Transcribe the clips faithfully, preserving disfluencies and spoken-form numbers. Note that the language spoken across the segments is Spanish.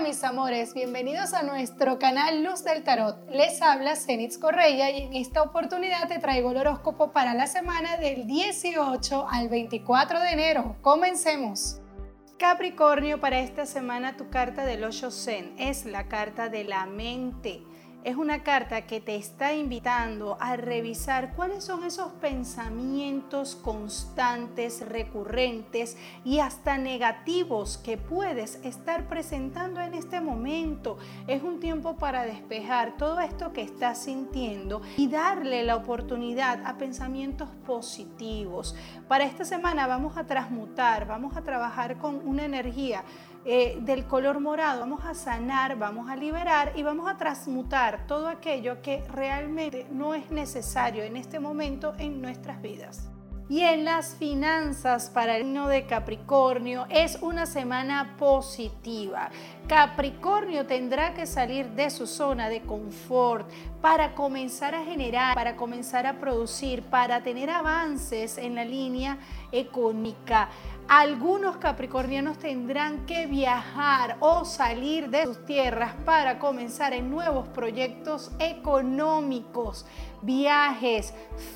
mis amores, bienvenidos a nuestro canal Luz del Tarot. Les habla Zenitz Correia y en esta oportunidad te traigo el horóscopo para la semana del dieciocho al veinticuatro de enero. Comencemos. Capricornio, para esta semana tu carta del Osho Zen es la carta de la mente. Es una carta que te está invitando a revisar cuáles son esos pensamientos constantes, recurrentes y hasta negativos que puedes estar presentando en este momento. Es un tiempo para despejar todo esto que estás sintiendo y darle la oportunidad a pensamientos positivos. Para esta semana vamos a transmutar, vamos a trabajar con una energía Eh, del color morado, vamos a sanar, vamos a liberar y vamos a transmutar todo aquello que realmente no es necesario en este momento en nuestras vidas. Y en las finanzas para el signo de Capricornio es una semana positiva. Capricornio tendrá que salir de su zona de confort para comenzar a generar, para comenzar a producir, para tener avances en la línea económica. Algunos capricornianos tendrán que viajar o salir de sus tierras para comenzar en nuevos proyectos económicos, viajes,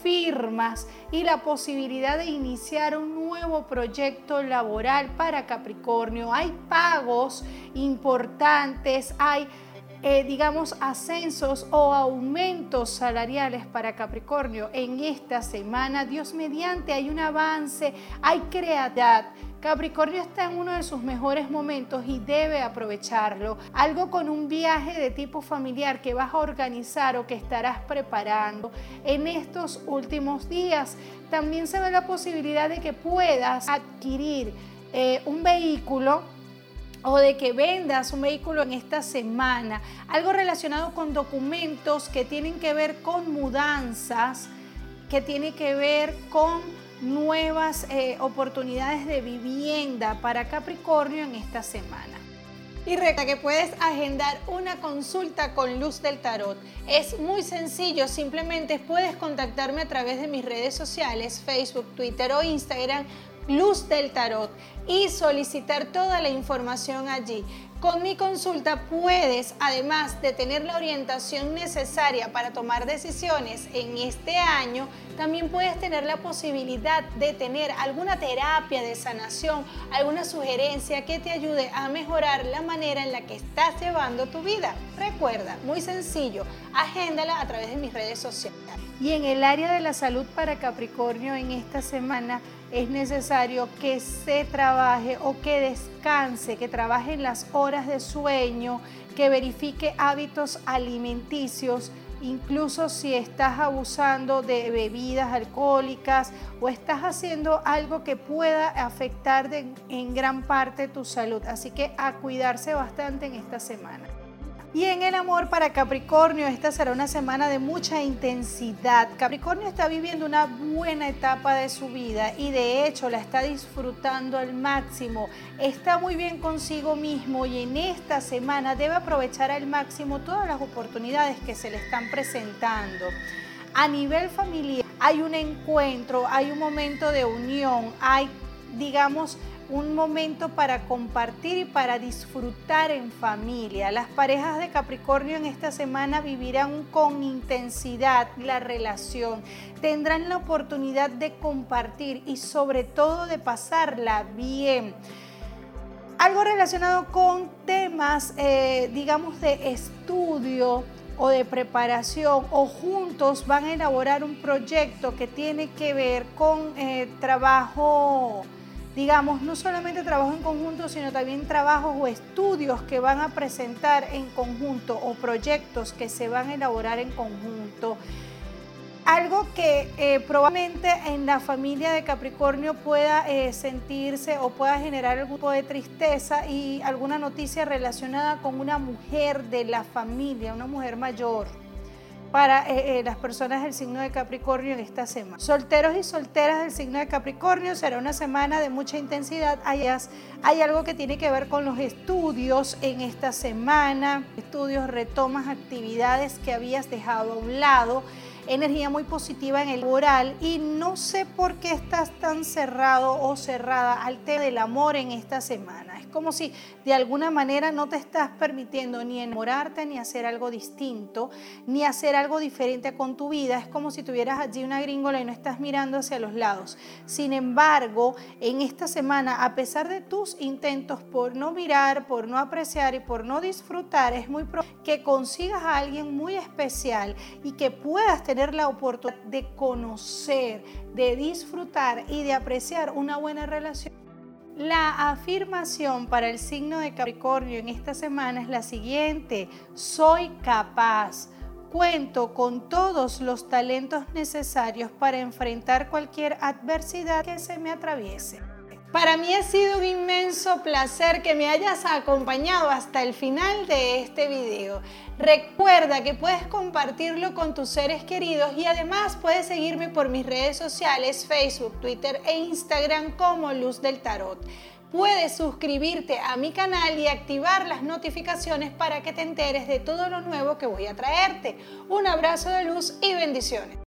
firmas y la posibilidad de iniciar un nuevo proyecto laboral para Capricornio. Hay pagos importantes, hay Eh, digamos, ascensos o aumentos salariales para Capricornio en esta semana. Dios mediante, hay un avance, hay creatividad. Capricornio está en uno de sus mejores momentos y debe aprovecharlo. Algo con un viaje de tipo familiar que vas a organizar o que estarás preparando en estos últimos días. También se ve la posibilidad de que puedas adquirir eh, un vehículo o de que vendas un vehículo en esta semana, algo relacionado con documentos que tienen que ver con mudanzas, que tiene que ver con nuevas eh, oportunidades de vivienda para Capricornio en esta semana. Y recuerda que puedes agendar una consulta con Luz del Tarot. Es muy sencillo, simplemente puedes contactarme a través de mis redes sociales, Facebook, Twitter o Instagram, Luz del Tarot, y solicitar toda la información allí. Con mi consulta puedes, además de tener la orientación necesaria para tomar decisiones en este año, también puedes tener la posibilidad de tener alguna terapia de sanación, alguna sugerencia que te ayude a mejorar la manera en la que estás llevando tu vida. Recuerda, muy sencillo, agéndala a través de mis redes sociales. Y en el área de la salud para Capricornio en esta semana es necesario que se trabaje o que descanse, que trabaje en las horas de sueño, que verifique hábitos alimenticios, incluso si estás abusando de bebidas alcohólicas o estás haciendo algo que pueda afectar de, en gran parte tu salud. Así que a cuidarse bastante en esta semana. Y en el amor para Capricornio, esta será una semana de mucha intensidad. Capricornio está viviendo una buena etapa de su vida y de hecho la está disfrutando al máximo. Está muy bien consigo mismo y en esta semana debe aprovechar al máximo todas las oportunidades que se le están presentando. A nivel familiar hay un encuentro, hay un momento de unión, hay, digamos, un momento para compartir y para disfrutar en familia. Las parejas de Capricornio en esta semana vivirán con intensidad la relación, tendrán la oportunidad de compartir y sobre todo de pasarla bien. Algo relacionado con temas, eh, digamos, de estudio o de preparación, o juntos van a elaborar un proyecto que tiene que ver con eh, trabajo, digamos, no solamente trabajo en conjunto, sino también trabajos o estudios que van a presentar en conjunto o proyectos que se van a elaborar en conjunto. Algo que eh, probablemente en la familia de Capricornio pueda eh, sentirse o pueda generar algún tipo de tristeza y alguna noticia relacionada con una mujer de la familia, una mujer mayor, para eh, eh, las personas del signo de Capricornio en esta semana. Solteros y solteras del signo de Capricornio, será una semana de mucha intensidad. Hay, hay algo que tiene que ver con los estudios en esta semana. Estudios, retomas actividades que habías dejado a un lado. Energía muy positiva en el laboral y no sé por qué estás tan cerrado o cerrada al tema del amor en esta semana. como si de alguna manera no te estás permitiendo ni enamorarte, ni hacer algo distinto, ni hacer algo diferente con tu vida. Es como si tuvieras allí una gringola y no estás mirando hacia los lados. Sin embargo, en esta semana, a pesar de tus intentos por no mirar, por no apreciar y por no disfrutar, es muy probable que consigas a alguien muy especial y que puedas tener la oportunidad de conocer, de disfrutar y de apreciar una buena relación. La afirmación para el signo de Capricornio en esta semana es la siguiente: soy capaz. Cuento con todos los talentos necesarios para enfrentar cualquier adversidad que se me atraviese. Para mí ha sido un inmenso placer que me hayas acompañado hasta el final de este video. Recuerda que puedes compartirlo con tus seres queridos y además puedes seguirme por mis redes sociales, Facebook, Twitter e Instagram como Luz del Tarot. Puedes suscribirte a mi canal y activar las notificaciones para que te enteres de todo lo nuevo que voy a traerte. Un abrazo de luz y bendiciones.